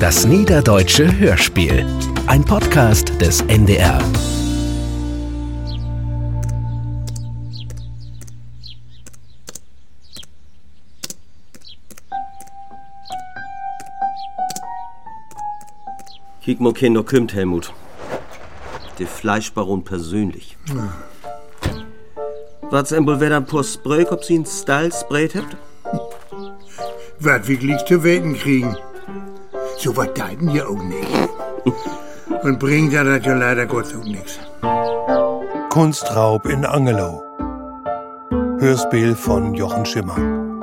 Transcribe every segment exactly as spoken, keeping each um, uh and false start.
Das Niederdeutsche Hörspiel. Ein Podcast des N D R. Kiek mo Kinder kümmt, Helmut. Der Fleischbaron persönlich. Hm. War's einmal wieder ein paar Spröck, ob sie einen Stall sprayt habt? Was wir gleich zu weten kriegen. So was deuten ja auch nicht. Und bringt ja das ja leider Gott auch nichts. Kunstraub in Angelow. Hörspiel von Jochen Schimmer.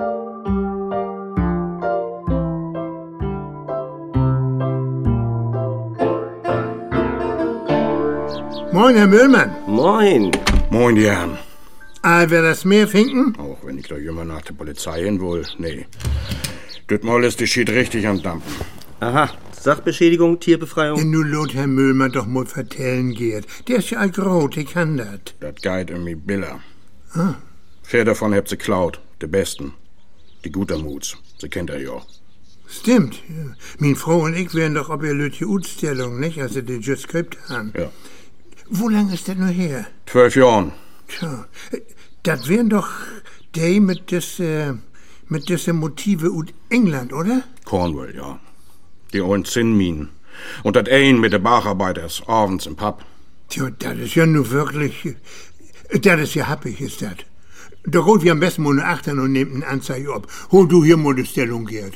Moin, Herr Müllmann. Moin. Moin, die Herren. Ah, wer das Meer finken? Auch wenn ich da jünger nach der Polizei hin will, nee. Das Mal ist die Schied richtig am Dampfen. Aha, Sachbeschädigung, Tierbefreiung? Ja, nun lot Herr Müllmann doch mal vertellen geht. Der ist ja alt ich kann das. Das geht um die Biller. Ah. Vier davon habt sie klaut, die besten. Die Gutermuts, sie kennt er ja. Stimmt. Ja. Min Frau und ich wären doch ob ihr Lütje Utstellung, nicht? Also die just gekriegt haben. Ja. Wo lang ist das nur her? Zwölf Jahren. Tja, das wären doch die mit des, äh, mit desse Motive ut England, oder? Cornwall, ja. Die ollen Zinnminen. Und das ein mit den Bacharbeiters, abends im Pub. Tja, das ist ja nur wirklich, das ist ja happig, ist das. Da holt wir am besten mal eine Achtern und nehmt eine Anzeige ab. Hol du hier mal die Stellung, Gerd.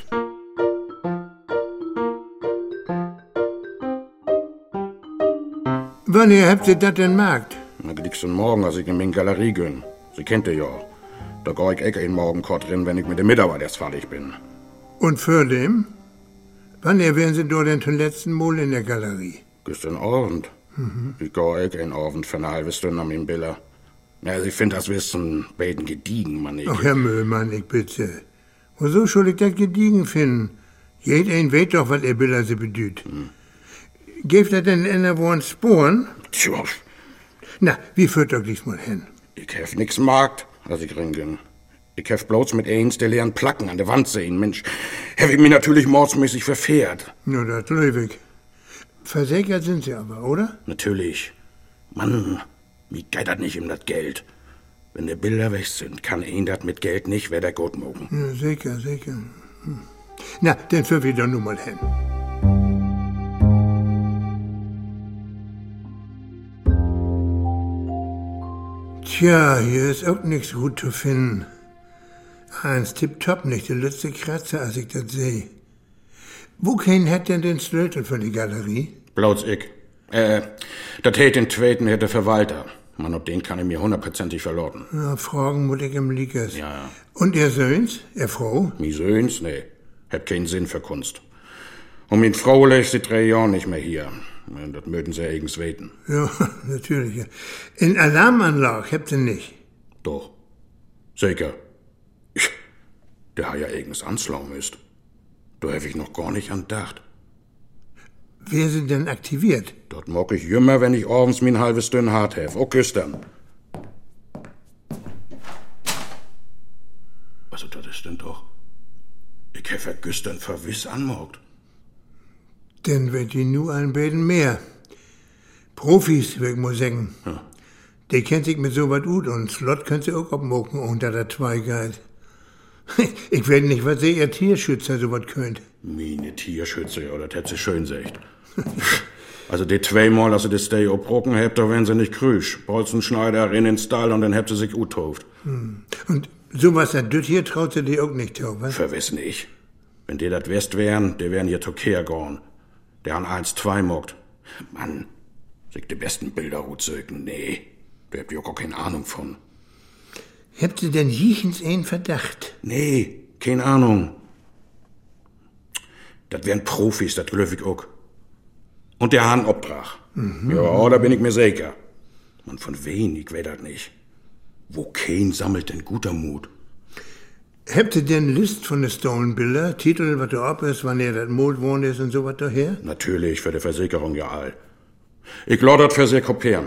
Wann ihr habt ihr das denn markt? Na, geliegst du morgen, als ich in meine Galerie gön. Sie kennt ihr ja. Da geh ich ecke in morgen kort drin, wenn ich mit dem Mitarbeiter erst fertig bin. Und für dem? Wann wären Sie dort denn zum letzten Mal in der Galerie? Gestern Abend. Mhm. Ich geh ecke in Abend für eine halbe Stunde an meinem Biller. Na, Sie find das Wissen beiden gediegen, Mann. Ich. Ach, Herr Müllmann, ich bitte. Wieso soll ich das gediegen finden? Jeder ein weiß doch, was ihr Biller sie bedüht. Hm. Gebt er denn in der Wohn Sporen? Tja. Na, wie führt doch diesmal hin? Ich hef nix markt, als ich ringen. Ich hef bloß mit eins der leeren Placken an der Wand sehen. Mensch, hef ich mich natürlich mordsmäßig verfehrt. Na, das löwig. Versichert sind Sie aber, oder? Natürlich. Mann, wie geht das nicht um das Geld? Wenn die Bilder weg sind, kann ihn das mit Geld nicht wieder gut mogen. Ja, sicher, sicher. Hm. Na, dann führen wir doch nun mal hin. Tja, hier ist auch nichts gut zu finden. Eins tipptopp nicht, der letzte Kratzer, als ich das sehe. Wo kein hat denn den Schlüssel für die Galerie? Bloß ich. Äh, das hätt den zweiten hätte Verwalter. Man, ob den kann ich mir hundertprozentig verloren. Na, fragen muss ich im Liekers. Ja, ja. Und ihr Söhns, ihr Frau? Mi Söhns? Nee. Hab keinen Sinn für Kunst. Und min Frau läuft seit drei Jahren nicht mehr hier. Das mögen sie eigens weten. Ja, natürlich. Ja. In Alarmanlage habt ihr nicht? Doch. Sicher. Der hat ja eigens anslauen müsst. Da hab ich noch gar nicht an gedacht. Wer sind denn aktiviert? Dort mag ich jümmer, wenn ich abends min halbes Dünn hart hef. Auch gestern. Also, das ist denn doch. Ich hef ja gestern verwiss anmogt. Denn wird die nur anbeten mehr. Profis, würde ich mal sagen. Ja. Die kennt sich mit so was gut und Slot könnt sie auch abmoken unter der Zweigheit. Ich weiß nicht, was ihr Tierschützer so was könnt. Meine Tierschützer, ja, das hätt sie schön secht. Also die zweimal, als sie das Stay obrocken habt, da wären sie nicht krüsch. Bolzenschneider rein ins Stall und dann habt sie sich uthoft. Hm. Und sowas hat das hier traut sie dir auch nicht drauf, was? Verwiss nicht. Wenn die das West wären, die wären hier Tokea gorn. Der an eins zwei mockt. Mann, sich die besten Bilder gut sögen. Nee, der habt ja gar keine Ahnung von. Habt ihr denn jichens einen Verdacht? Nee, keine Ahnung. Das wären Profis, das glöf ich auch. Und der Hahn Obdrach. Mhm. Ja, da bin ich mir sicher. Man, von wen, ich weiß das nicht. Wo kein sammelt denn guter Mut? Habt ihr denn List von den Stolen Bilder? Titel, was da ab ist, wann er das Mond wohnt ist und so was daher? Natürlich, für die Versicherung ja all. Ich lade das für sie kopieren.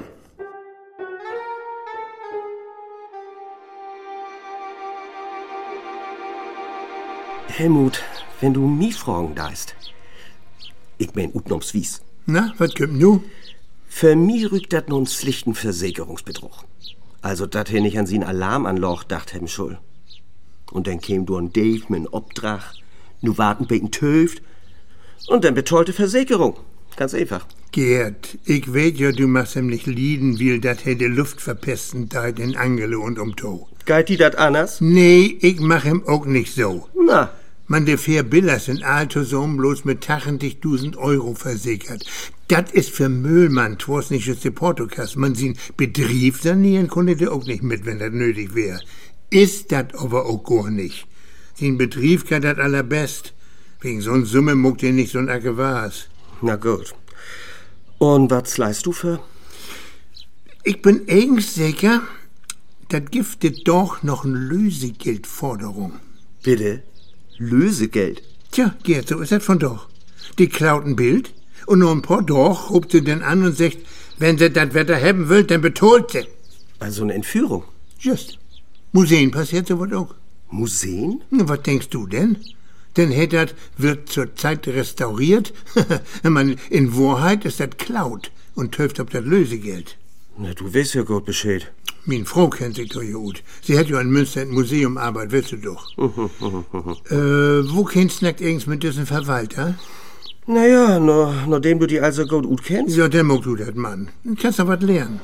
Helmut, wenn du mich fragen darfst, Ich mein utnomswies. Na, was kommt nu? Für mich rückt dat nun schlichten Versicherungsbetrug. Also, dat he nicht an sin Alarmanlage dacht hem schuld. Und dann käm du an Dave mit n Obdrach, nu warten beten Töft und dann betollte Versicherung. Ganz einfach. Gerd, ich weet ja, du machst ihm nicht lieden, weil dat he de Luft verpesten da in Angelo und um To. Geit die dat anders? Nee, ich mach ihm auch nicht so. Na, Man, der Fair Billers in Altosom bloß mit tausend Euro versichert. Dat ist für Müllmann, twas nicht just die Portokasse. Man sin Betrieb sanieren konnte der auch nicht mit, wenn das nötig wär. Ist dat aber auch gar nicht. Sin Betrieb kann dat allerbest. Wegen so'n Summe muckt ihr nicht so'n Acke was. na gut. Und was leist du für? Ich bin eigens sicher, dat giftet doch noch n Lösegeldforderung. Bitte? Lösegeld? Tja, Gerd, so ist das von doch. Die klaut ein Bild und nur ein paar doch ruft sie dann an und sagt, wenn sie das Wetter haben will, dann betont sie. Also eine Entführung? Just. Museen passiert sowas auch. Museen? Na, was denkst du denn? Denn das wird zurzeit restauriert. Man, in Wahrheit ist das klaut und töft auf das Lösegeld. Na, du weißt ja gut Bescheid. Min Frau kennt sich doch gut. Sie hat ja in Münster ein Museum Arbeit, willst du doch. äh, wo kennst du irgends mit diesem Verwalter? Naja, nur, nachdem du die also gut gut kennst. Ja, der mag du das, Mann. Du kannst doch was lernen.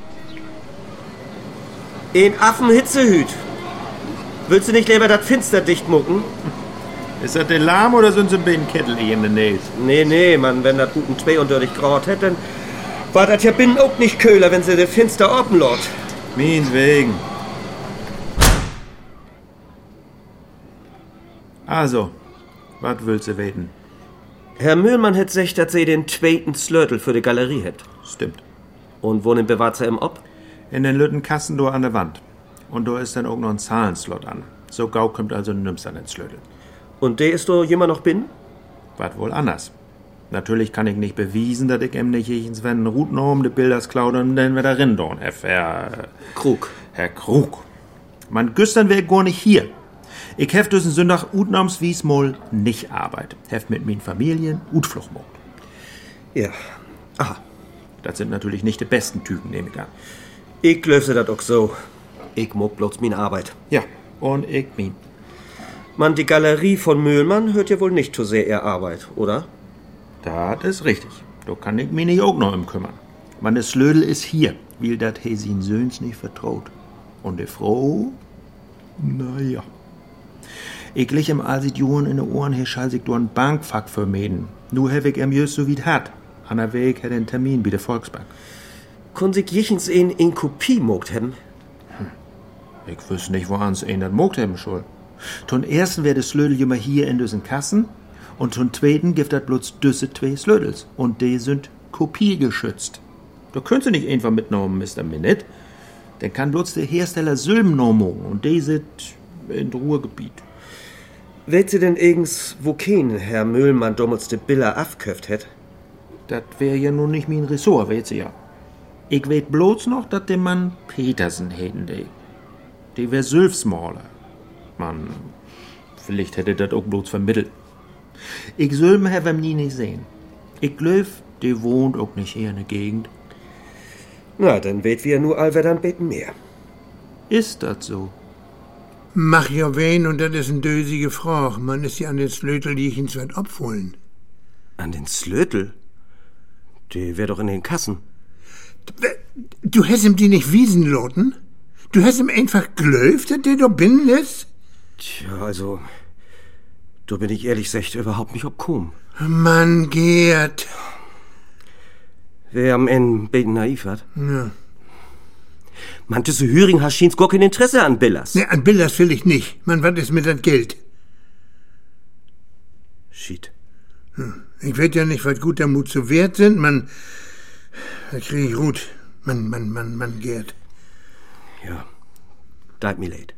In Affenhitzehüt. Willst du nicht lieber das Finster dicht mucken? Ist das der Lahm oder sind sie ein bisschen Kettel in der Nähe? Nee, nee, Mann, wenn das guten zwei unter dich graut hätte, dann war das ja binnen auch nicht köhler, wenn sie der Finster oben lot. Meins wegen. Also, was willst du weten? Herr Mühlmann hätt sich, dass sie den zweiten Slötel für die Galerie hätt. Stimmt. Und wohin bewahrt sie im Ob? In den lütten Kassen da an der Wand. Und da ist dann auch noch ein Zahlenslot an. So gau kommt also nimmst an den Slötel. Und der ist doch jemand noch binnen? Was wohl anders. Natürlich kann ich nicht bewiesen, dass ich ihm nicht ins wenn Routen um die Bilders klaut und dann wieder rindorn, Herr, Herr Krug. Herr Krug. Man güstern wär gar nicht hier. Ich hef diesen Sonntag utnahmswies mal nicht arbeit. Hef mit min Familien Utflucht mocht. Ja. Aha. Das sind natürlich nicht die besten Typen, nehme ich an. Ich löse das auch so. Ich mock bloß min Arbeit. Ja, und ich min. Man, die Galerie von Mühlmann hört ja wohl nicht zu sehr ihr Arbeit, oder? Das ist richtig. Da kann ich mich nicht auch noch um kümmern. Man, der Slödel ist hier, weil dat he sin Söhns nicht vertraut. Und die Frau, naja. Ich lich im alsit Johen in de Ohren, he schall sich do ein Bankfach vermeden. Nu hef ich em jös so wie't hat. An der Weg hat den Termin bei der Volksbank. Kon sich jichens een in Kopie mogt hebben? Hm. Ich wüs nicht, wo ans een dat mogt hebben soll. Zum ersten wär de Slödel immer hier in düsen Kassen. Und zum zweiten gibt das bloß düsse zwei Slödels. Und die sind kopiegeschützt. Da könnt ihr nicht einfach mitnehmen, Mister Minute. Dann kann bloß der Hersteller Sülben nehmen. Und die sind in Ruhrgebiet. Weet sie denn eigens, wo kein Herr Mühlmann damals de Biller afköft hätt? Das wär ja nun nicht mein Ressort, weet sie ja. Ich weet bloß noch, dass der Mann Petersen hätten die. Die wär Sülfsmaler. Man, vielleicht hätte das auch bloß vermittelt. Ich Sülben hab ihm nie nicht sehen. Ich glaub, die wohnt auch nicht hier in der Gegend. Na, dann weet wir nur allwer dann beten mehr. Ist das so? Mach ja wen und das ist ein dösige Frau. Man ist ja an den Slötel, die ich ins Wert abholen. An den Slötel? Die wär doch in den Kassen. Du hast ihm die nicht wiesen loten? Du hast ihm einfach glöft, dass der da binnen ist? Tja, also, da bin ich ehrlich gesagt überhaupt nicht obkom. Mann, Gerd. Wer am Ende beten naiv hat? Ja. Man, diese Hüring hast schien's gar kein Interesse an Billers. Ne, an Billers will ich nicht. Man, was ist mit das Geld? Shit. Hm. Ich weet ja nicht, was guter Mut zu wert sind. Man, da krieg ich Rut. Man, man, man, man, Gerd. Ja, tut mir leid.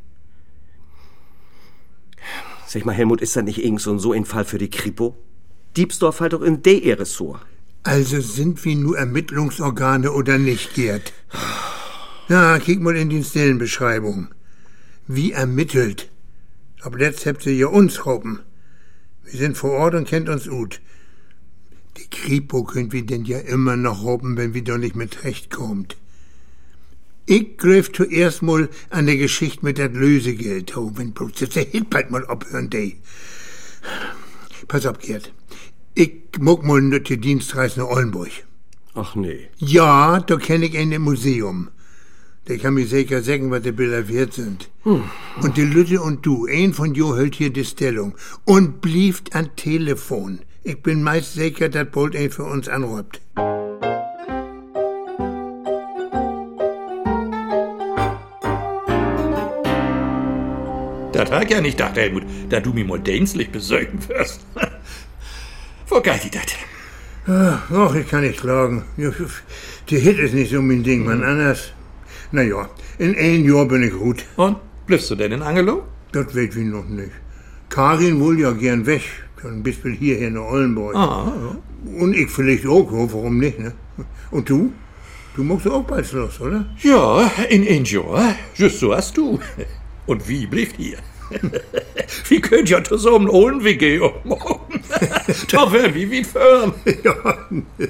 Sag mal, Helmut, ist das nicht irgend so ein, so ein Fall für die Kripo? Diebsdorf halt doch in der Ressort. Also sind wir nur Ermittlungsorgane oder nicht, Gerd? Na, kick mal in die Stellenbeschreibung. Wie ermittelt. Aber jetzt habt ihr ja uns Hoppen. Wir sind vor Ort und kennt uns gut. Die Kripo können wir denn ja immer noch robben, wenn wir doch nicht mit Recht kommt. Ich griff zuerst mal an der Geschichte mit dat Lösegeld, oh, wenn bloß jetzt der Hit bald mal abhören, dey. Pass auf, Gerd. Ich muck mal nötige Dienstreise nach Oldenburg. Ach nee. Ja, da kenn ich ein Museum. Der kann mir sicher sagen, was die Bilder wert sind. Hm. Und die Lütte und du, ein von jo hält hier die Stellung und blieft an Telefon. Ich bin meist sicher, dass bald ein für uns anruft. Das hab ich ja nicht gedacht, Helmut, da du mir mal dienstlich besorgen wirst. Wo geht die das? Ach, ich kann nicht klagen. Die Hit ist nicht so mein Ding, man anders. Na ja, in ein Jahr bin ich gut. Und, bliffst du denn in Angelo? Das weet wir noch nicht. Karin will ja gern weg, dann bist du hierher nach Oldenburg. Ah, ja. Und ich vielleicht auch, warum nicht, ne? Und du? Du musst auch bald los, oder? Ja, in ein Jahr, just so hast du. Und wie blieb hier? Wie könnt ihr zusammen holen, wie geh ich morgen? Doch wär wie wie firm. Ja.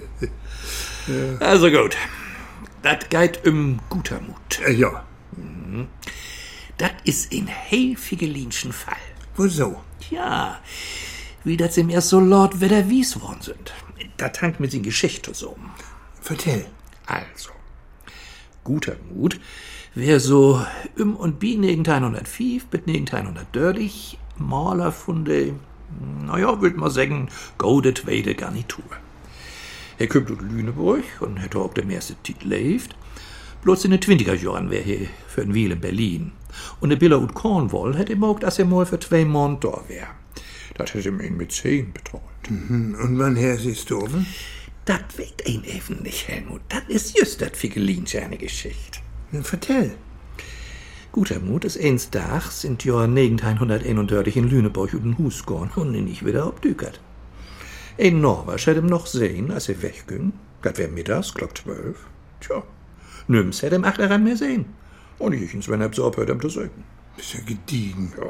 Also gut. Das geht um guter Mut. Äh, ja. Mhm. Das ist ein Hefigelinschen Fall. Wieso? Tja, wie das im erst so laut wieder wies worden sind. Das hängt mit den Geschichte so. Vertell. Also, guter Mut wär so um und bi neunzehnhundertfünf bis neunzehnhundertdreißig Maler von de, naja, würd mal sagen, gode zweite Garnitur. Er kommt aus Lüneburg und hätte auch dem ersten Titel lebt. Bloß in den zwanziger Jahren wär er für ein Weile in Berlin. Und der Biller und Cornwall hätte ihm auch, dass er mal für zwei Monate da wär. Das hätte ihm ihn mit zehn betreut. Mhm. Und wann her sie gestorben? Das weet ihn eben nicht, Helmut. Das ist just das Figelinche eine Geschichte. Na, vertell. Guter Mut ist eins Tags in Jahr neunzehnhunderteinunddreißig in Lüneburg und den Hus gegangen und ihn nicht wieder abdükert. Ein Norwesch hätte ihm noch sehen, als er wegging. Das wär mittags, glock zwölf. Tja, nirgends hätte ihm achteran mehr sehen. Und ich ins, wenn er so abhört, ihm zu sagen. Ist ja gediegen. Ja.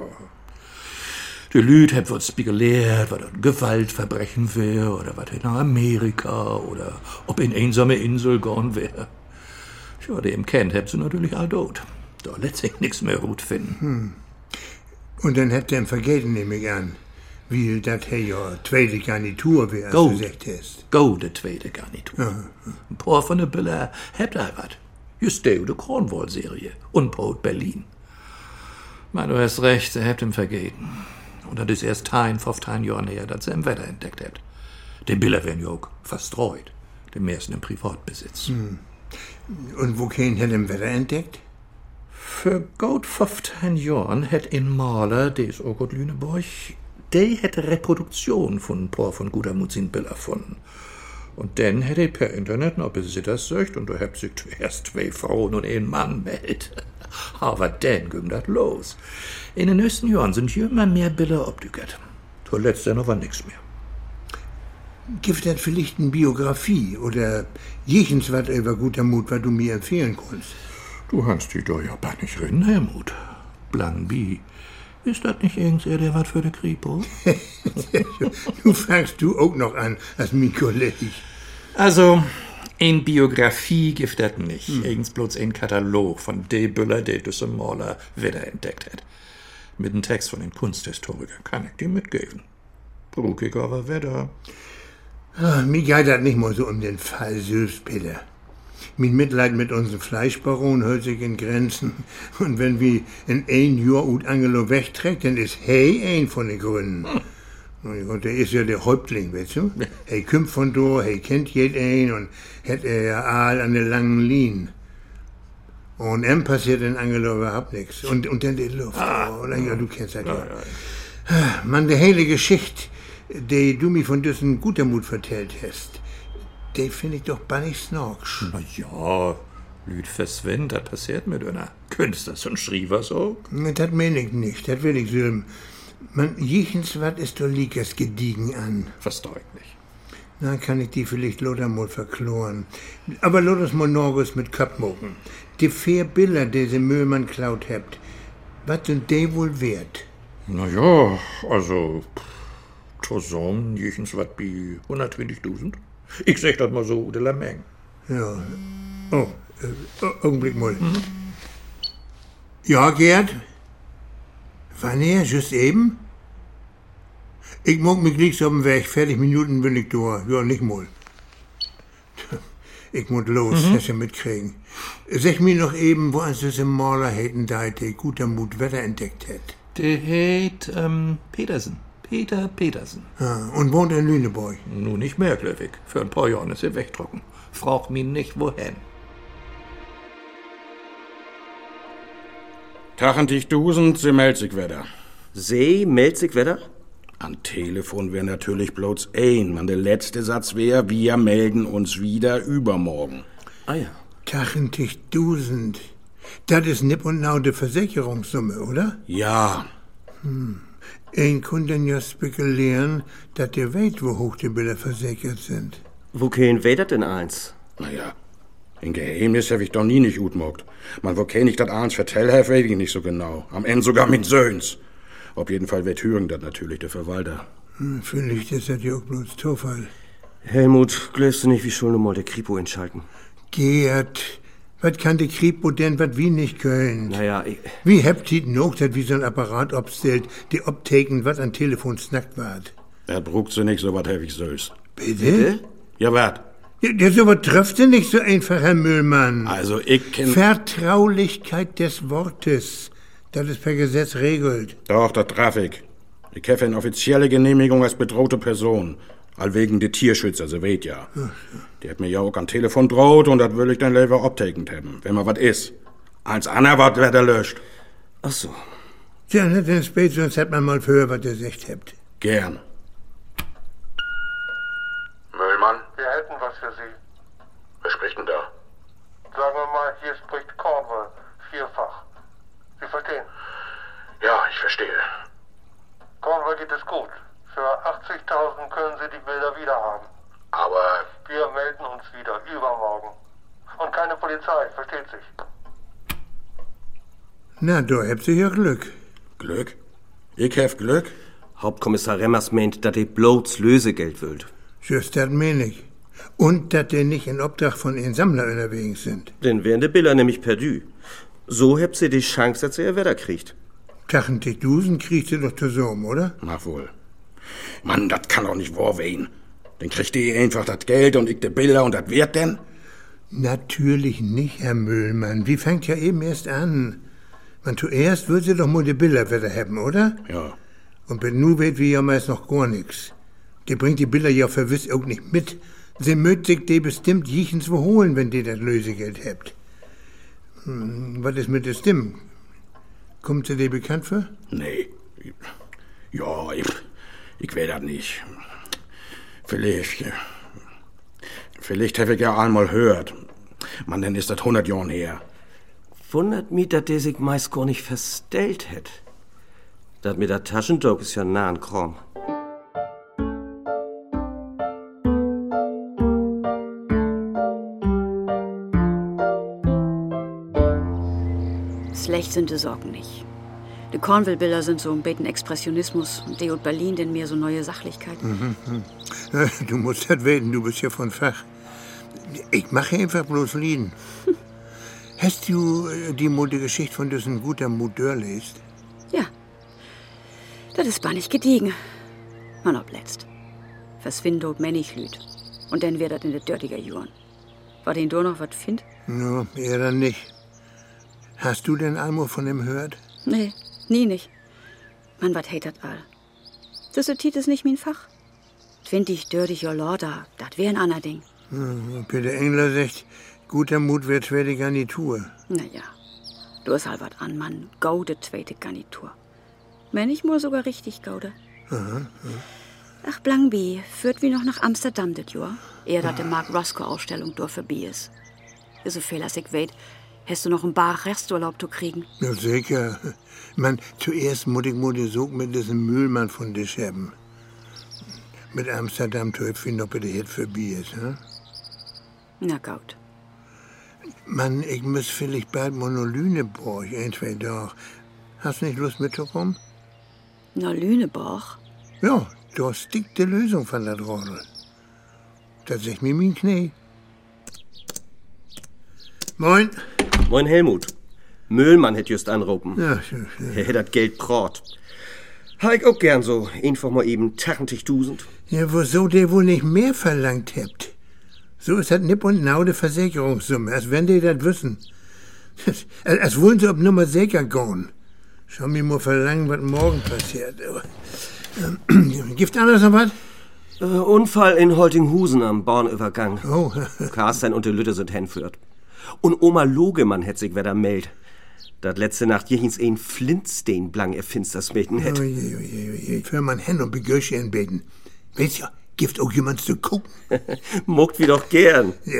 Die Lüd hat was spekuliert, was ein Gewaltverbrechen wär, oder was nach Amerika, oder ob in einsame Insel gone wär. Ja, der im kennt, hätt sie natürlich all tot. Da lässt sich nix mehr gut finden. Hm. Und dann hätt er ihn vergessen, nehme ich an. Wie dat he ja tweede Garnitur wär, als du gesagt hast. Go, de tweede Garnitur. Ja, ja. Ein paar von de Biller habt all wat. Just der de Cornwall-Serie. Und Brot Berlin. Man, du hast recht, er habt ihm vergeben. Und das ist erst ein, fünfzehn Jahren her, dass er im Wetter entdeckt hat. Die Biller werden ja auch verstreut. Dem meisten im Privatbesitz. Hm. Und wo kein hat im Wetter entdeckt? Für gut fünfzehn Jahren hat ein Maler, der ist auch aus Lüneburg, der hätte Reproduktion von ein paar von guter Mutzin Bill erfunden. Und dann hätte er per Internet noch Besitters söcht und da habt sich zuerst zwei Frauen und ein Mann meldet. Aber dann ging das los. In den nächsten Jahren sind hier immer mehr Bilder abdückert. Zuletzt noch war nix mehr. Gibt das vielleicht eine Biografie oder jechens was über guter Mut, was du mir empfehlen kannst? Du hast die doch ja gar nicht reden, Helmut. Plan B. Ist das nicht irgendwer, der was für die Kripo? Du fängst du auch noch an, als mein Kollege. Also, in Biografie gibt das nicht. Hm. Irgends bloß ein Katalog von de Büller, der düsse Maler wiederentdeckt hat. Mit einem Text von den Kunsthistorikern kann ich dir mitgeben. Brukig aber Wetter. Ah, mir geht das nicht mal so um den Fall Sülfspiller. Mein Mitleid mit unserem Fleischbaron hält sich in Grenzen. Und wenn wir in ein Jahr ut Angelo wegträgt, dann ist hey ein von den Gründen. Hm. Und der ist ja der Häuptling, weißt du? Ja. Hey kommt von da, hey kennt jed ein und hat er ja all an der langen Lien. Und em passiert in Angelo überhaupt nichts. Und, und dann die Luft. Ah, oh, ja, du kennst das ja. ja. ja. Mann, die hele Geschichte, die du mir von diesem Gutermut vertellt hast, die finde ich doch bannig snorksch. Na ja, Lüd verschwindet, das passiert mit einer Künstlers und Schrievers auch. Das meine ich nicht, das will ich so. Man, jechens wat ist doch liegers gediegen an. Versteh ich nicht. Dann kann ich die vielleicht loder mal verkloren. Aber loder mal Norgus mit Köpmogen. Die vier Bilder, die sie Müllmann klaut habt, was sind die wohl wert? Na ja, also Zusammen jichens wat bei hundertzwanzigtausend. Ich sag das mal so, de la Menge. Ja. Oh, äh, Augenblick mal. Mhm. Ja, Gerd? Wann er? Just eben? Ich mag mich nichts auf dem Weg. vierzig Minuten bin ich da. Ja, nicht mal. Ich muss los, mhm. das ja mitkriegen. Sag mir noch eben, wo uns das im Maler hätten, da der guter Mut Wetter entdeckt hat. Der heißt, ähm, Petersen. Peter Petersen. Ja, und wohnt in Lüneburg. Nun nicht mehr, Glöwig. Für ein paar Jahre ist er wegtrocken. Frag mich nicht, wohin. Tachentichtausend, sie meldet sich wieder. Sie meldet sich wieder? An Telefon wär natürlich bloß ein. Man, der letzte Satz wär, wir melden uns wieder übermorgen. Ah ja. Tachentichtausend. Das ist nipp und nau de Versicherungssumme, oder? Ja. Hm. Ein Kunden ja spekulieren, dass der weet, wo hoch die Bilder versichert sind. Wo kein weet denn eins? Naja, in Geheimnis hab ich doch nie nicht gut mogt. Man, wo kein ich dat eins vertell hab, weet ich nicht so genau. Am Ende sogar mit Söhns. Auf jeden Fall wird Thüringen das natürlich, der Verwalter. Hm, vielleicht ist das ja auch bloß Zufall. Helmut, glaubst du nicht, wie soll nun mal der Kripo entschalten? Gerd, was kann der Kripo denn, was wir nicht können? Naja, ich... Wie habt ihr noch, dass wie so ein Apparat obstellt, die obteken, was an Telefon snackt wart? Er brugt sie nicht, so was hab ich soll's. Bitte? Bitte? Ja, wat? Ja, ja, so was trifft ihr nicht so einfach, Herr Müllmann. Also, ich kenn... Vertraulichkeit des Wortes. Das ist per Gesetz regelt. Doch, das traf ich. Ich habe eine offizielle Genehmigung als bedrohte Person. All wegen der Tierschützer, sie weht ja. Ach, ja. Die hat mir ja auch am Telefon droht und das will ich dann lieber obtekend haben, wenn mal was ist. Als Anna was wird er löscht. Ach so. Tja, nicht in spät, sonst hätt man mal für was ihr sagt habt. Gern. Müllmann? Wir hätten was für Sie. Wer spricht denn da? Sagen wir mal, hier spricht Cornwall. Vierfach. Sie verstehen? Ja, ich verstehe. Cornwall geht es gut. Für achtzigtausend können Sie die Bilder wieder haben. Aber... Wir melden uns wieder, übermorgen. Und keine Polizei, versteht sich. Na, da habt ihr ja Glück. Glück? Ich hab Glück? Hauptkommissar Remmers meint, dass ihr bloß Lösegeld wollt. Just das mein ich. Und dass ihr nicht in Obdach von den Sammler unterwegs sind. Denn wären die Bilder nämlich perdu. So habt ihr die Chance, dass ihr Wetter kriegt. Tachentichtausend kriegt ihr doch zusammen, oder? Na wohl. Mann, das kann doch nicht wahr wehen. Dann kriegt ihr einfach das Geld und ich die Bilder und das wird denn? Natürlich nicht, Herr Müllmann. Wie fängt ja eben erst an? Man zuerst würde sie doch mal die Bilder wieder haben, oder? Ja. Und bei nu weet wir ja meist noch gar nix. Die bringt die Bilder ja verwiss auch nicht mit. Sie mögt sich die bestimmt jichens wo holen, wenn die das Lösegeld habt. Hm, was ist mit der Stimme? Kommt sie dir bekannt vor? Nee. Ja, ich, ich will das nicht. Vielleicht, vielleicht habe ich ja einmal gehört. Man, dann ist das hundert Jahre her. Wundert mich, dass der sich meist gar nicht verstellt hätt. Das mit der Taschendog ist ja nah an Kram. Schlecht sind die Sorgen nicht. Die Cornwall-Bilder sind so ein bisschen Expressionismus und die und Berlin denn mehr so neue Sachlichkeit. Mhm, mhm. Du musst das weten, du bist ja von Fach. Ich mache einfach bloß Lieden. Hm. Hast du die Mode Geschichte von diesem guter Mudeur lest? Ja. Das ist bannig gediegen. Man obletzt. Verschwindet männig Lüd. Und dann wird das in der dörtiger Juren. War den do noch was find? No, eher dann nicht. Hast du denn einmal von ihm gehört? Nee, nie nicht. Man, wat heit dat all? Das Tit ist nicht mein Fach. Find ich dörtig ja Lorda, dat wär ein ander Ding. Hm, Peter Engler sagt, guter Mut wird zweite Garnitur. Naja, du hast halt wat an, Mann. Gaude zweite Garnitur. Wenn ich mal sogar richtig gaude. Aha, ja. Ach, Blangby, führt wie noch nach Amsterdam das Jahr. Ehe dat de Mark Roscoe-Ausstellung durch vorbei ist. So viel als ich weet, hast du noch ein Bar Resturlaub zu kriegen? Ja, sicher. Man, zuerst muss ich mal die Sog mit diesem Müllmann von dich haben. Mit Amsterdam töpf ihn noch bei der Hit vorbei ist, hm? Na gut. Mann, ich muss vielleicht bald mal nach Lüneburg, ein, zwei Tage. Hast du nicht Lust mitzukommen? Na, Lüneburg? Ja, Da stickt die Lösung von der Rodel. Das sagt mir mein Knie. Moin. Moin, Helmut. Müllmann hätt just anrufen. Ja, ja, ja. Er hätt das Geld braucht. Ha ich auch gern so. Einfach mal eben tachenzigtausend. Ja, wieso der wohl nicht mehr verlangt habt? So ist das nipp und nau de Versicherungssumme, als wenn die das wissen. Als, als wollen sie ob Nummer sicher gehen. Schau mir mal verlangen, was morgen passiert. Ähm, Gibt anders noch was? Äh, Unfall in Holtinghusen am Bornübergang. Oh. Karstein und die Lütte sind hinführt. Und Oma Logemann hätt sich wieder meldt. Dat letzte Nacht jechens ein Flintstein blang er finsters beten hätt. Oje, oje, oje. Für man hin und begösche ihn beten. Weißt ja, gibt auch jemand zu gucken. Muckt wie doch gern. Ja.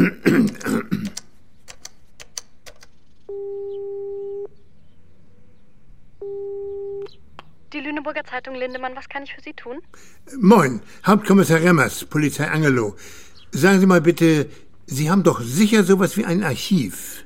Die Lüneburger Zeitung, Lindemann, was kann ich für Sie tun? Moin, Hauptkommissar Remmers, Polizei Angerloh. Sagen Sie mal bitte, Sie haben doch sicher sowas wie ein Archiv.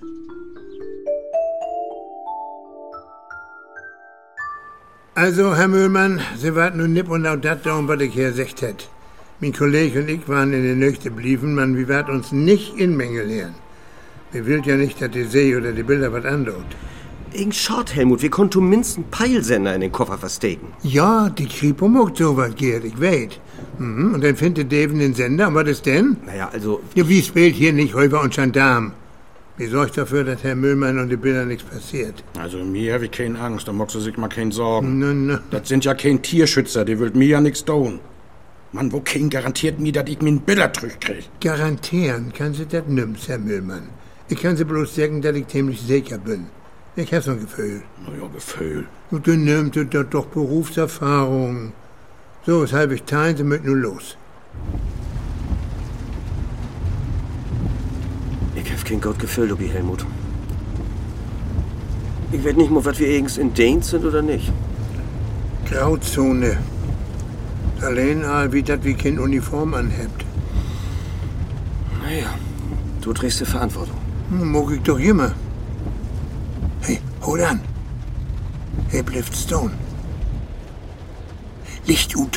Also, Herr Müllmann, Sie warten nun nipp und auch dat da, was ich hier gesagt hätt. Mein Kollege und ich waren in der Nöchte blieben, man, wir werden uns nicht in Menge leeren. Wir will ja nicht, dass die See oder die Bilder was andauert. Ing Schott, Helmut, wir konnten zumindest einen Peilsender in den Koffer verstecken. Ja, die Kripo mogt sowas, Gerd, ich weet. Mhm, und dann findet Daven den Sender, und was ist denn? Naja, also... Ja, wie spielt hier nicht Räuber und Gendarm? Wie sorgt dafür, dass Herr Müllmann und die Bilder nichts passiert? Also mir hab ich keine Angst, da magst du sich mal keinen Sorgen. No, no. Das sind ja kein Tierschützer, die will mir ja nichts tun. Mann, wo kein garantiert mir, dass ich mir einen Bilder zurückkrieg. Garantieren kann sie das nimmt, Herr Müllmann. Ich kann sie bloß sagen, dass ich ziemlich sicher bin. Ich hab so ein Gefühl. Na ja, Gefühl. Und du nimmst das doch Berufserfahrung. So, ist halb ich teilen, sie mit nur los. Ich hab kein gut Gefühl, Lubi Helmut. Ich weiß nicht mal, was wir eigens in Danes sind oder nicht. Grauzone. Allein all wie das wie kein Uniform anhebt. Naja, du trägst die Verantwortung. Hm, mag ich doch immer. Hey, hol an. Hey, bleibt Stone. Licht gut.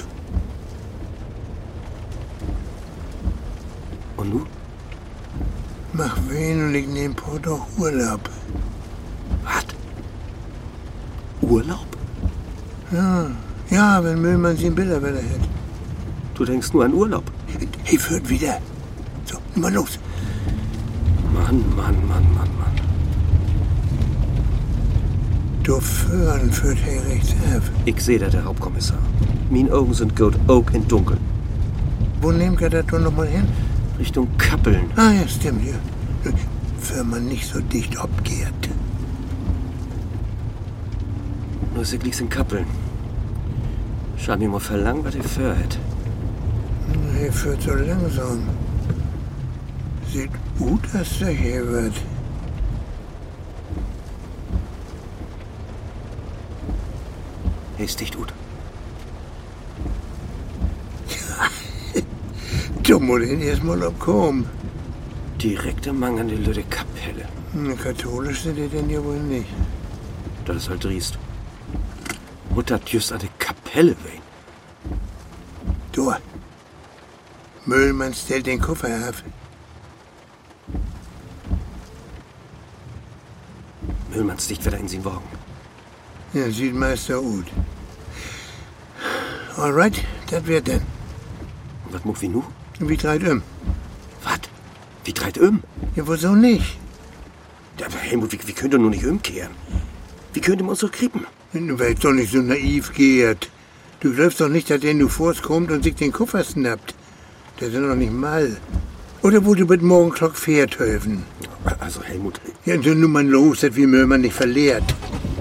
Und nun? Mach wen und ich nehm po doch Urlaub. Was? Urlaub? Ja, ja, wenn Müllmann sie in Bilderwetter hätte. Du denkst nur an Urlaub? Hey, führt wieder. So, mal los. Mann, Mann, Mann, Mann, Mann. Du Föhren führt hey rechts ab. Ich seh da, der Hauptkommissar. Mien Augen sind gut, auch in Dunkel. Wo nehmt ihr das doch noch mal hin? Richtung Kappeln. Ah, ja, stimmt, ja. Für man nicht so dicht abgeht. Nur sie liegt in Kappeln. Schau mir mal verlangen, was ihr vorhat. Hey, führt so langsam. Sieht gut, dass der hier wird. Hey, ist dicht gut. Du musst ihn erst mal abkommen. Direkt am Mang an die Lütte Kapelle. Hm, katholisch sind die denn ja wohl nicht. Das ist halt driest. Mutter hat just an die Kapelle wehen. Du. Müllmann stellt den Koffer auf. Müllmann sticht wieder in den Wagen. Ja, sieht meist so gut. Alright, das wird dann. Und was muck wie nu? Wie dreht um? Was? Wie dreht um? Ja, wieso nicht? Ja, aber Helmut, wie, wie könnt ihr nur nicht umkehren? Wie könnt ihr uns so kriegen? Du wärst doch nicht so naiv, Gerd. Du glaubst doch nicht, dass der nur vorkommt und sich den Koffer snappt. Der sind doch nicht mal. Oder wo du mit Morgenklock fährt, helfen. Also, Helmut... Ja, so nun mal los, dass wir Müllmann nicht verliert.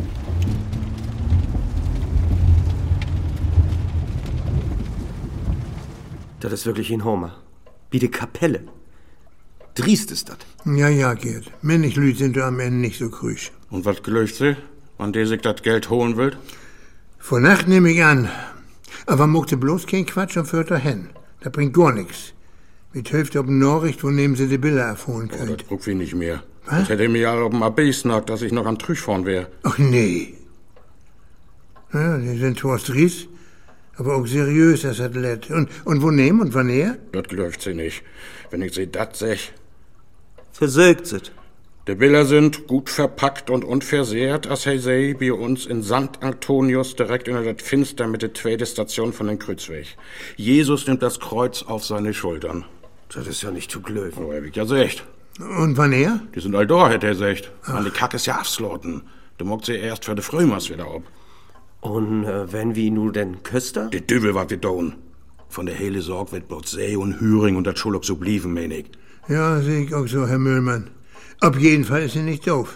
Das ist wirklich ein Homer. Wie die Kapelle. Driest ist das. Ja, ja, Gerd. Männlich sind du am Ende nicht so krüsch. Und was gelöst sie, an der sich das Geld holen will? Vor Nacht nehme ich an. Aber mochte bloß kein Quatsch und führt dahin. Das bringt gar nichts. Mit hilft auf Nachricht, wo nehmen sie die Bilder abholen Oh, könnt. das druckt wie nicht mehr. Was? Das hätte mir ja auf dem A B snackt, dass ich noch am Trüch fahren wäre. Ach nee. Ja, die sind Horst Ries. Aber auch seriös, das Athlet. Und, und wo nehmen und wann her? Das läuft sie nicht. Wenn ich sie dat sech. Versögt sit. Die Bilder sind gut verpackt und unversehrt, als er sei, bei uns in Sankt Antonius direkt unter das Finster mit der zweiten Station von den Kreuzweg. Jesus nimmt das Kreuz auf seine Schultern. Das ist ja nicht zu glöwen. Oh, er wird ja secht. Und wann her? Die sind all da, hätte er secht. An die Kacke ist ja absloten. Du mogt sie erst für die Frühmers wieder ab. Und äh, wenn wir nu denn Köster? Die Dübel wat wir tun. Von der hele Sorg wird bloß See und Hüring und das Schulok so blieben, mein ich. Ja, sehe ich auch so, Herr Müllmann. Auf jeden Fall ist er nicht doof.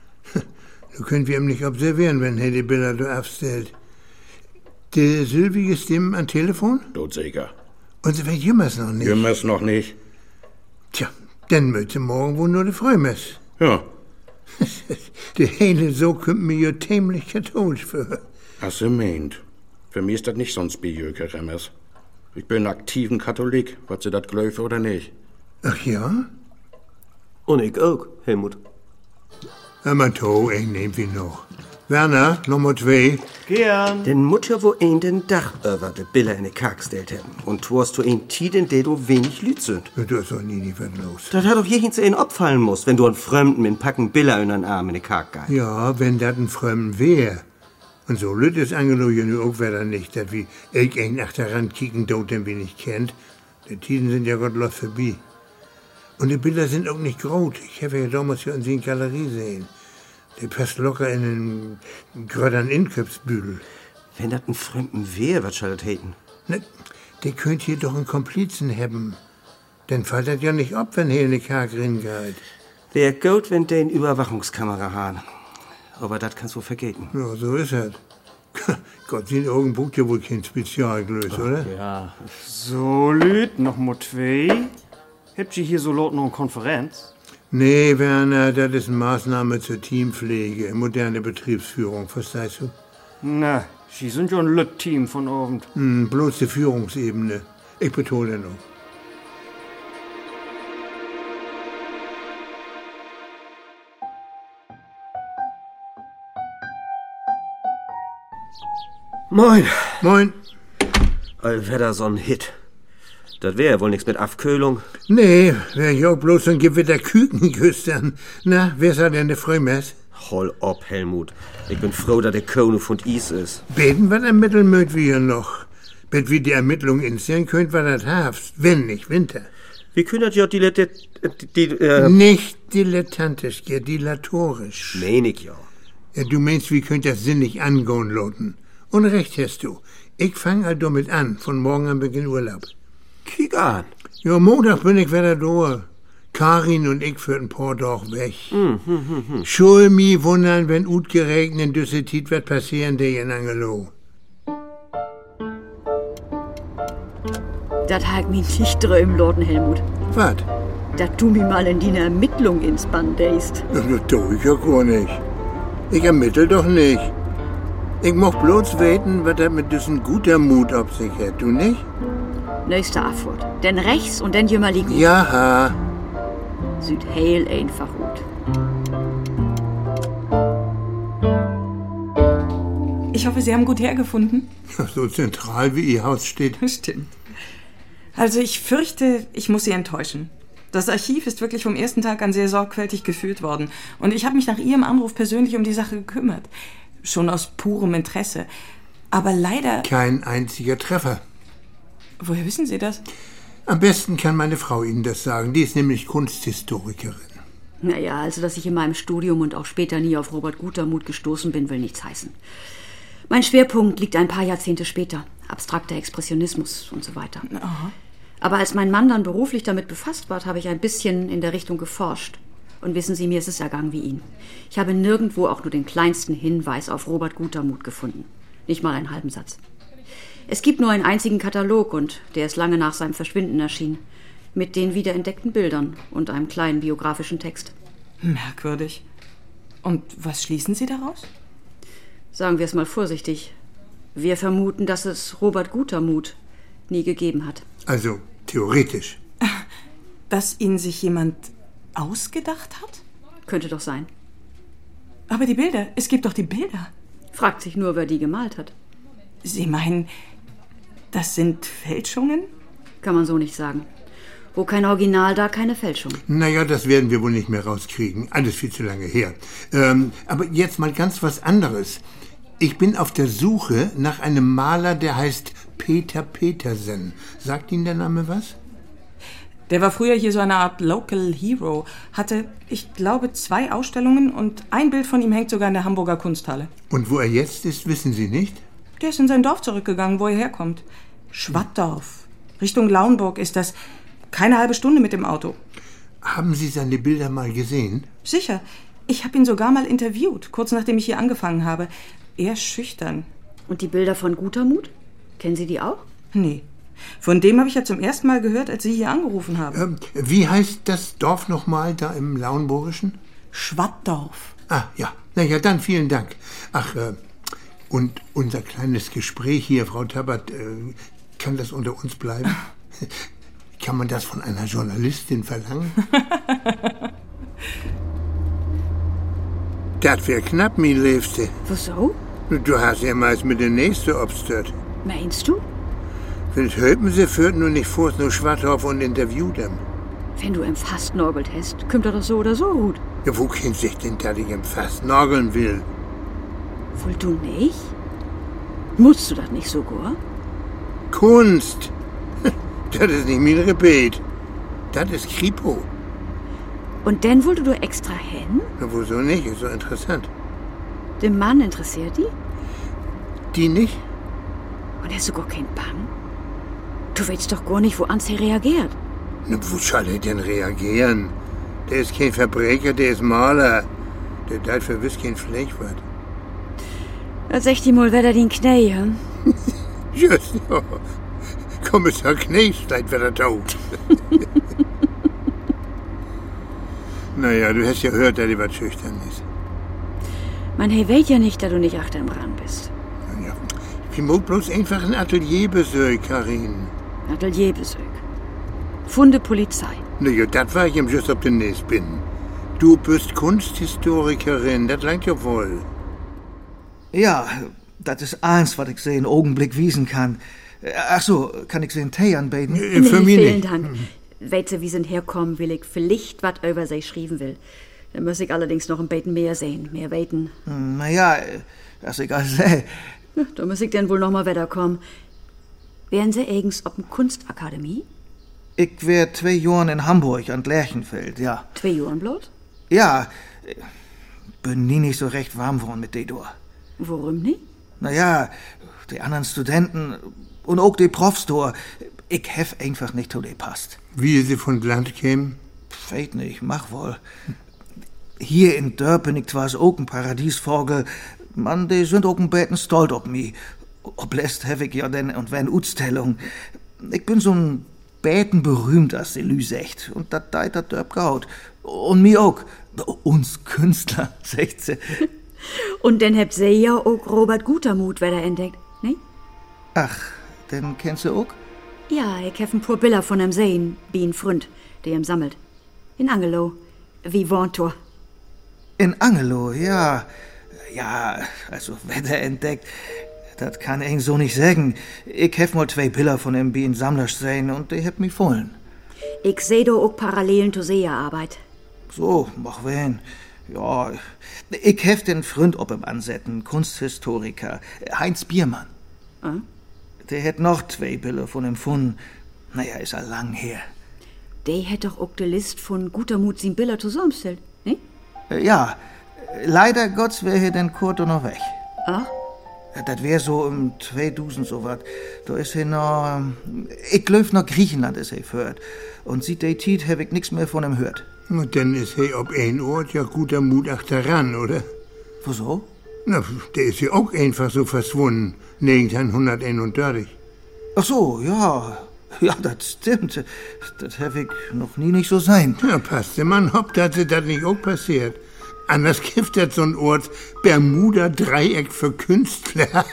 Du könnt wir ihm nicht observieren, wenn er die Bilder da abstellt. Die sylvige Stimme am Telefon? Dort sicher. Und sie wird jümmers noch nicht. Jümmers noch nicht. Tja, dann möchte morgen wohl nur die Frühmess. Ja. Die hele so kommt mir ja ziemlich katholisch für. Hast du meint. Für mich ist das nicht sonst Bijöke, Remmers. Ich bin aktiven Katholik, was sie das glöfe oder nicht. Ach ja? Und ich auch, Helmut. Aber to, ich nehm wie noch. Werner, Nummer zwei. Gern. Den Mutter wo ein den Dach über de Biller in de Kark gestellt haben. Und du hast du ein Tiden, der du wenig Lüt sind. Du hast doch nie nie was los. Das hat doch jechens einen abfallen muss, wenn du einen Fremden mit Packen Biller in den Arm in de Kark gehst. Ja, wenn das ein Fremden wär. Und so lüt ist Angelo ja nu auch wieder nicht, dass wie ich ein nach der Rand kicken dort, den wir nicht kennt. Die Tiden sind ja gottlos vorbei. Und die Bilder sind auch nicht groß. Ich habe ja damals ja in die Galerie sehen. Der passt locker in den grödern Inköpsbüdel. Wenn das ein Fremden wär, was soll das heiten? Ne, der könnt hier doch einen Komplizen haben. Dann fällt das ja nicht ab, wenn hier in die Kark ringeht. Wär gut, wenn der eine Überwachungskamera haben. Aber das kannst du vergessen. Ja, so ist es. Gott, sein Augen bucht ja wohl kein Spezialglöß, oder? Ja. So, Lüt, noch mal zwei. Habt ihr hier so laut noch eine Konferenz? Nee, Werner, das ist eine Maßnahme zur Teampflege, moderne Betriebsführung, verstehst du? Na, Sie sind ja ein Lüt-Team von Abend. Hm, bloß die Führungsebene. Ich betone noch. Moin. Moin. All wär so ein Hit. Das wär ja wohl nichts mit Abkühlung. Nee, wär ja bloß ein Gewitter Küken küstern. Na, wer soll denn der Frühmess? Hol ob, Helmut. Ich bin froh, dass der Kone von Is ist. Beten wir ermitteln mögt wir noch. Bet wie die Ermittlung instellen könnt, war das Herbst, wenn nicht Winter. Wie können das ja die, die, die, äh... Nicht dilettantisch, ja, dilatorisch. Mein ich ja. Ja, du meinst, wie könnt das sinnig angehen, Loten? Und recht hast du. Ich fang halt damit an, von morgen an Beginn Urlaub. Kiek an. Ja, Montag bin ich wieder da. Karin und ich für ein paar Tage weg. Hm, hm, hm, hm. Schul mi wundern, wenn ut geregnet in düsse Tiet wird passieren, der in Angelo. Das hag mich nicht träumen, Lorden Helmut. Was? dass du mich mal in die Ermittlung ins Bann däst. Das tue ich ja gar nicht. Ich ermittel doch nicht. Ich moch bloß weten, was er mit diesem guter Mut auf sich hat, du nicht? Nächste Abfahrt. Denn rechts und dann jümmer liegen. Ja. Süd heil einfach gut. Ich hoffe, Sie haben gut hergefunden. So zentral wie Ihr Haus steht. Stimmt. Also ich fürchte, ich muss Sie enttäuschen. Das Archiv ist wirklich vom ersten Tag an sehr sorgfältig geführt worden. Und ich habe mich nach Ihrem Anruf persönlich um die Sache gekümmert. Schon aus purem Interesse. Aber leider... Kein einziger Treffer. Woher wissen Sie das? Am besten kann meine Frau Ihnen das sagen. Die ist nämlich Kunsthistorikerin. Naja, also dass ich in meinem Studium und auch später nie auf Robert Gutermuth gestoßen bin, will nichts heißen. Mein Schwerpunkt liegt ein paar Jahrzehnte später. Abstrakter Expressionismus und so weiter. Aha. Aber als mein Mann dann beruflich damit befasst war, habe ich ein bisschen in der Richtung geforscht. Und wissen Sie, mir ist es ergangen wie Ihnen. Ich habe nirgendwo auch nur den kleinsten Hinweis auf Robert Gutermuth gefunden. Nicht mal einen halben Satz. Es gibt nur einen einzigen Katalog und der ist lange nach seinem Verschwinden erschienen. Mit den wiederentdeckten Bildern und einem kleinen biografischen Text. Merkwürdig. Und was schließen Sie daraus? Sagen wir es mal vorsichtig. Wir vermuten, dass es Robert Gutermuth nie gegeben hat. Also theoretisch. Dass ihn sich jemand ausgedacht hat? Könnte doch sein. Aber die Bilder, es gibt doch die Bilder. Fragt sich nur, wer die gemalt hat. Sie meinen, Das sind Fälschungen? Kann man so nicht sagen. Wo kein Original, da keine Fälschung. Naja, das werden wir wohl nicht mehr rauskriegen. Alles viel zu lange her. Ähm, aber jetzt mal ganz was anderes. Ich bin auf der Suche nach einem Maler, der heißt Peter Petersen. Sagt Ihnen der Name was? Der war früher hier so eine Art Local Hero. Hatte, ich glaube, zwei Ausstellungen und ein Bild von ihm hängt sogar in der Hamburger Kunsthalle. Und wo er jetzt ist, wissen Sie nicht? Der ist in sein Dorf zurückgegangen, wo er herkommt. Schwattdorf. Richtung Lauenburg ist das. Keine halbe Stunde mit dem Auto. Haben Sie seine Bilder mal gesehen? Sicher. Ich habe ihn sogar mal interviewt, kurz nachdem ich hier angefangen habe. Eher schüchtern. Und die Bilder von Gutermut? Kennen Sie die auch? Nee. Von dem habe ich ja zum ersten Mal gehört, als Sie hier angerufen haben. Ähm, wie heißt das Dorf nochmal da im Lauenburgischen? Schwattdorf. Ah, ja. Na ja, dann vielen Dank. Ach, äh, und unser kleines Gespräch hier, Frau Tabbert, äh, kann das unter uns bleiben? Kann man das von einer Journalistin verlangen? Das wär knapp, mein Liebste. Wieso? Du hast ja meist mit der Nächste obstört. Meinst du? Wenn Höpen sie führt nur nicht vor, nur Schwarthoff und interviewt ihm. Wenn du im Fass norgelt hast, kommt er doch so oder so gut. Ja, wo kennt sich denn, dass ich im Fass norgeln will? Wohl du nicht? Musst du das nicht so gut? Kunst! Das ist nicht mein Repet. Das ist Kripo. Und dann wollte du extra hin? Na, wieso nicht? Ist so interessant. Den Mann interessiert die? Die nicht? Und er ist sogar kein Bang? Du weißt doch gar nicht, wo Ansel reagiert. Na, wo soll er denn reagieren? Der ist kein Verbrecher, der ist Maler. Der deit für Wiss kein Flechwart. Da sagt die mal, wer da den Knäi, hm? Just, ja. Kommissar Knecht, seit wer er tot. Naja, du hast ja gehört, dass die was schüchtern ist. Man, hey, weiß ja nicht, dass du nicht achter im Rand bist. Ja, ich muss bloß einfach ein Atelierbesuch, Karin. Atelierbesuch. Funde Polizei. Naja, das war ich ihm just ob den Nest bin. Du bist Kunsthistorikerin, das langt ja wohl. Ja, das ist eins, was ich sie in Augenblick wiesen kann. Ach so, kann ich sie in Tee anbeten? Äh, für nee, mich vielen nicht. Dank. Mhm. Weißt du, wie sie herkommen, will ich vielleicht was über sie schreiben will. Dann muss ich allerdings noch ein Beten mehr sehen, mehr weten. Naja, das ist egal. Ja, da muss ich dann wohl noch mal weiterkommen. Wären sie eigens ob eine Kunstakademie? Ich wär zwei Jahren in Hamburg an Lerchenfeld, ja. Zwei Jahren bloß? Ja, bin nie nicht so recht warm geworden mit de Dor. Warum nicht? Naja, die anderen Studenten und auch die Profs dor, ich hef einfach nicht zu de passt. Wie sie von Land kämen? Feit nicht, mach wohl. Hier in Dörp bin ich zwar auch ein Paradiesvogel, man, die sind auch ein beten stolz ob mi. Obläst hef ich ja denn und wenn Utstellung. Ich bin so ein beten berühmt, als die Lü secht. Und dat deit dat Dörp gaut. Und mi auch. Uns Künstler, secht sie. Und dann habt sie ja auch Robert Gutermut wieder entdeckt, ne? Ach, den kennst du auch? Ja, ich hab ein paar Bilder von ihm sehen, wie ein Freund, der ihm sammelt. In Angelo, wie Wohntor. In Angelo, ja. Ja, also wer der entdeckt, das kann ich so nicht sagen. Ich hab mal zwei Bilder von ihm wie ein Sammler sehen und die hab mich vollen. Ich seh da auch Parallelen zur Seherarbeit. So, mach wen. Ja, ich hef den Freund ob im Ansetzen, Kunsthistoriker, Heinz Biermann. Hm? Der hätt noch zwei Bilder von ihm gefunden. Naja, ist er lang her. Der hätt doch auch die List von Gutermut sin Bilder zusammengestellt, ne? Ja, leider Gottes wär hier den Kurto noch weg. Ach? Das wär so um zweitausend so wat. Da ist er noch, ich glaub noch Griechenland ist er gehört. Und sieht der Tiet hab ich nix mehr von ihm hört. Und dann ist er ob ein Ort ja Gutermut achteran, oder? Wieso? Na, der ist ja auch einfach so verschwunden, neunzehnhunderteinunddreißig. Ach so, ja. Ja, das stimmt. Das hab ich noch nie nicht so sein. Ja, passte man hopp, dass das nicht auch passiert. Anders gibt das so ein Ort Bermuda-Dreieck für Künstler.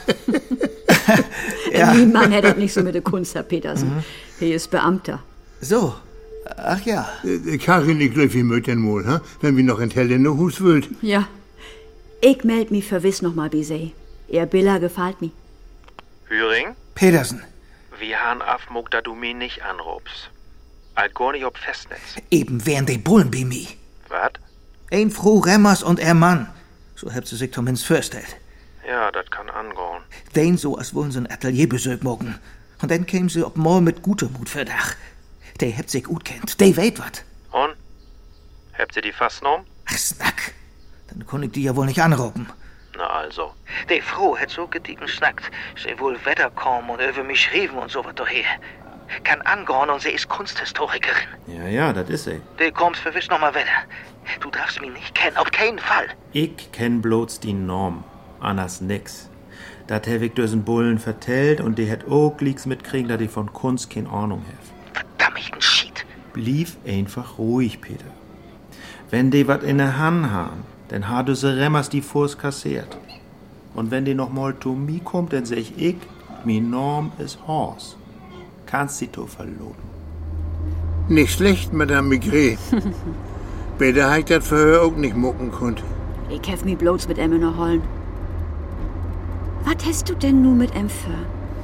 Ja. Niemand hätte das nicht so mit der Kunst, Herr Petersen. Mhm. Hier ist Beamter. So. Ach ja. Äh, Karin, ich glaub, wir möchten wohl, ha? Wenn wir noch in Helene Hus wollt. Ja. Ich meld mich verwiss noch mal bei Sie. Ihr Billa gefällt mir. Hüring? Petersen. Wie han afmog, da du mich nicht anrufst. Alt gar nicht ob Festnetz. Eben wären die Bullen bei mir. Wat? Ein Frau Remmers und er Mann. So habt sie sich zumindest vorgestellt. Ja, das kann angehen. Den so, als wollen sie ein Atelierbesuch mogen. Und dann kämen sie ob mal mit gutem Mut für Dach. Der habt sich gut kennt. Der weet wat. Und? Habt ihr die festgenommen? Ach, snack. Dann konnt ich die ja wohl nicht anrufen. Na also. Die Frau hat so gediegen schnackt. Sie wohl Wetter kommen und über mich schrieben und so was daher. Kann angehen und sie ist Kunsthistorikerin. Ja, ja, das ist sie. Die kommst verwiss noch mal weiter. Du darfst mich nicht kennen, auf keinen Fall. Ich kenn bloß die Norm. Anders nix. Dat hab ich durch den Bullen vertellt und die hätt auch lieks mitkriegen, dass ich von Kunst keine Ahnung hab. Verdammten Schied. Blieb einfach ruhig, Peter. Wenn die wat in der Hand haben, dann ha du se Remmers die Fuß kassiert. Und wenn die noch mal zu mir kommt, dann sag ich, ich, mi Norm is Horst. Kannst sie to verloben. Nicht schlecht, Madame Migré. Beide hab ich das Verhör auch nicht mucken konnt. Ich hef mi bloß mit em in der Hollen. Was hast du denn nu mit em für?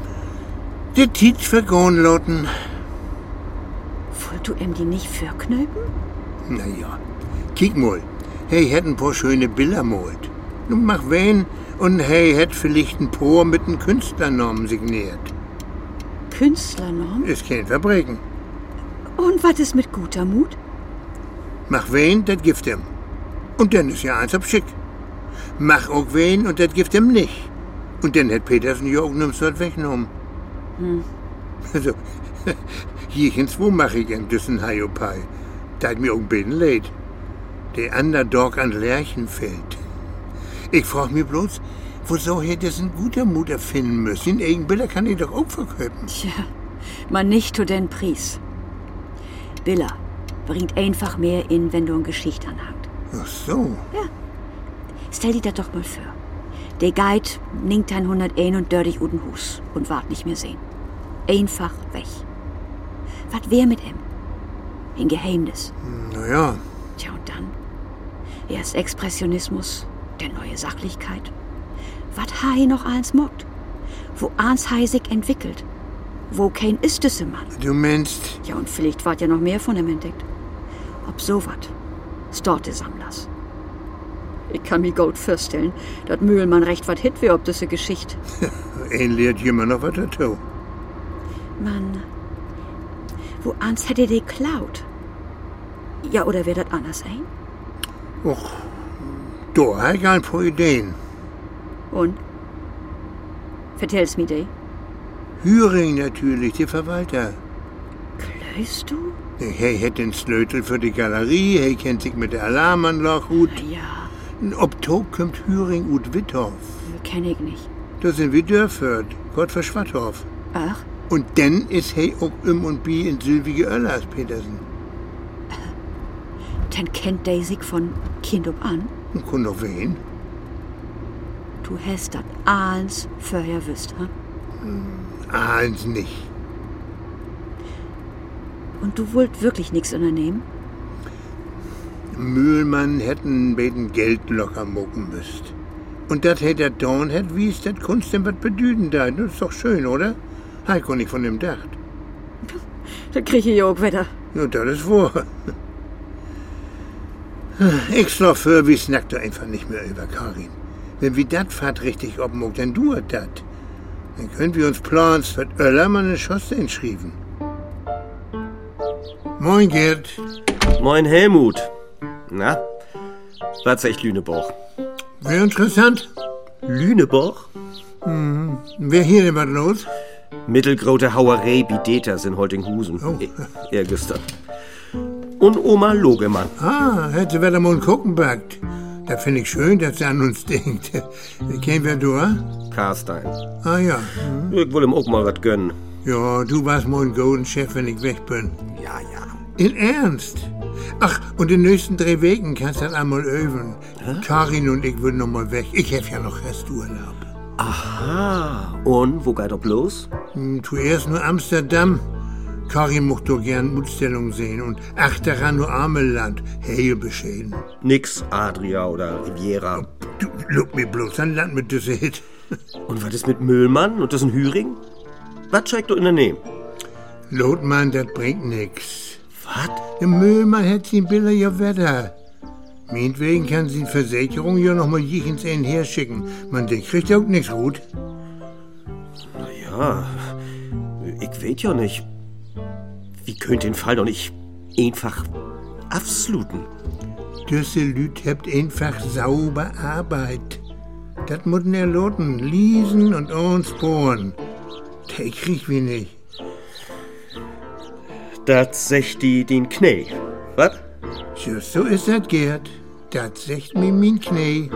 Die Tiet vergoren loten. Wollt du em die nicht verknöpen? Na ja, kiek mal. Hey hätt ein paar schöne Bilder malt. Nun mach wen und hey hätt vielleicht ein paar mit n Künstlernamen signiert. Künstlernamen? Ist kein Verbrechen. Und was ist mit guter Mut? Mach wen, das gibt ihm. Und dann ist ja eins ab schick. Mach auch wen und das gibt ihm nicht. Und dann hätt Petersen ja auch nimmst was weggenommen. Hm. Also, hierchen zwei mach ich in düssen Hiopai. Da hat mir auch ein bisschen leid. Der Underdog an Lerchenfeld. Ich frag mich bloß, wo soll hier das ein guter Mut erfinden müssen? In Bilder kann ich doch auch verkaufen. Tja, man nicht zu den Preis. Billa bringt einfach mehr in, wenn du eine Geschichte anhakt. Ach so. Ja. Stell dir das doch mal vor. Der Guide ningt ein hunderteinunddreißig uden Hus und wart nicht mehr sehen. Einfach weg. Was wär mit ihm? Ein Geheimnis. Naja. Tja, und dann? Erst Expressionismus, der neue Sachlichkeit. Was ha noch eins mockt? Wo eins ha sich entwickelt? Wo kein ist es im Mann? Du meinst? Ja, und vielleicht wart ja noch mehr von ihm entdeckt. Ob so wat, Storte Sammlers. Ich kann mir gut vorstellen, dass Mühlmann recht wat hit wär, ob das eine Geschichte. Ein lehrt jemand noch was dazu. Mann, wo eins hätte die klaut? Ja, oder wär das anders ein? Och, da hab ich ein paar Ideen. Und? Vertell's mir die. Hüring natürlich, der Verwalter. Klöst du? Hey hätt den Slötel für die Galerie, hey kennt sich mit der Alarmanlage gut. Ja. Ob Tog kommt Hüring und Wittorf. Kenn ich nicht. Da sind wir Dörfert, Gott für Schwatthof. Ach? Und dann ist hey auch im und bi in Sylvige Oellers, Petersen. Dann kennt der sich von Kind ob an. Und kann doch wen? Du hast das eins vorher wüsst, hm? Eins nicht. Und du wollt wirklich nichts unternehmen? Mühlmann hätten beten Geld locker mucken müsst. Und dat hätt der Dorn hätt, wie ist dat Kunst denn wat bedüden da? Das ist doch schön, oder? Heiko nicht von dem Dacht. Da krieg ich ja auch wieder. Ja, das ist wahr. Ich schlaf für, wie snackt du einfach nicht mehr über Karin. Wenn wir dat Fahrt richtig obmuck, dann du dat. Dann können wir uns plans für Öller mal eine Schosse entschrieben. Moin, Gerd. Moin, Helmut. Na, was echt Lüneburg? Wäre interessant. Lüneburg? Mhm. Wer hier denn was los? Mittelgroße Hauerei Bideters in Holtinghusen. Oh. Er gestern. Und Oma Logemann. Ah, hätte wer da mal gucken backt. Da finde ich schön, dass er an uns denkt. Wie kennen wir du, ah? Karstein. Ah ja. Hm. Ich will ihm auch mal was gönnen. Ja, du warst mal ein Golden Chef, wenn ich weg bin. Ja, ja. In Ernst? Ach, und in den nächsten drei Wegen kannst du dann einmal öven. Hä? Karin und ich würden noch mal weg. Ich hab ja noch Resturlaub. Aha. Und, wo geht er bloß? Hm, zuerst nur Amsterdam. Karin mocht doch gern Mutstellung sehen und ach daran nur Armeland. Hey, beschäden. Nix Adria oder Riviera. Du, look mir bloß an Land mit dieser Hit. Und was ist mit Mühlmann und das ein Hüring? Was schreckt du in der Nähe? Lotmann, das bringt nix. Was? Der Müllmann hat sie billiger Wetter. Meinetwegen kann sie in Versicherung ja noch mal jichens einen herschicken. Man, der kriegt auch nix gut. Na ja, ich weiß ja nicht. Wie könnt den Fall doch nicht einfach absluten? Diese Lüt habt einfach sauber Arbeit. Das mutten er loten, lesen und uns bohren. Der krieg wie nicht. Das secht die den Knä. Was? Ja, so ist das, Gerd. Das secht mir mein Knä.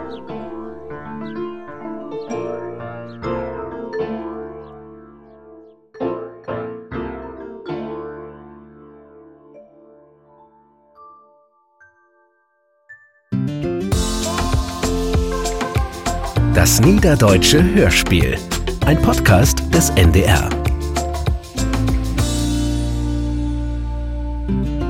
Das Niederdeutsche Hörspiel. Ein Podcast des N D R.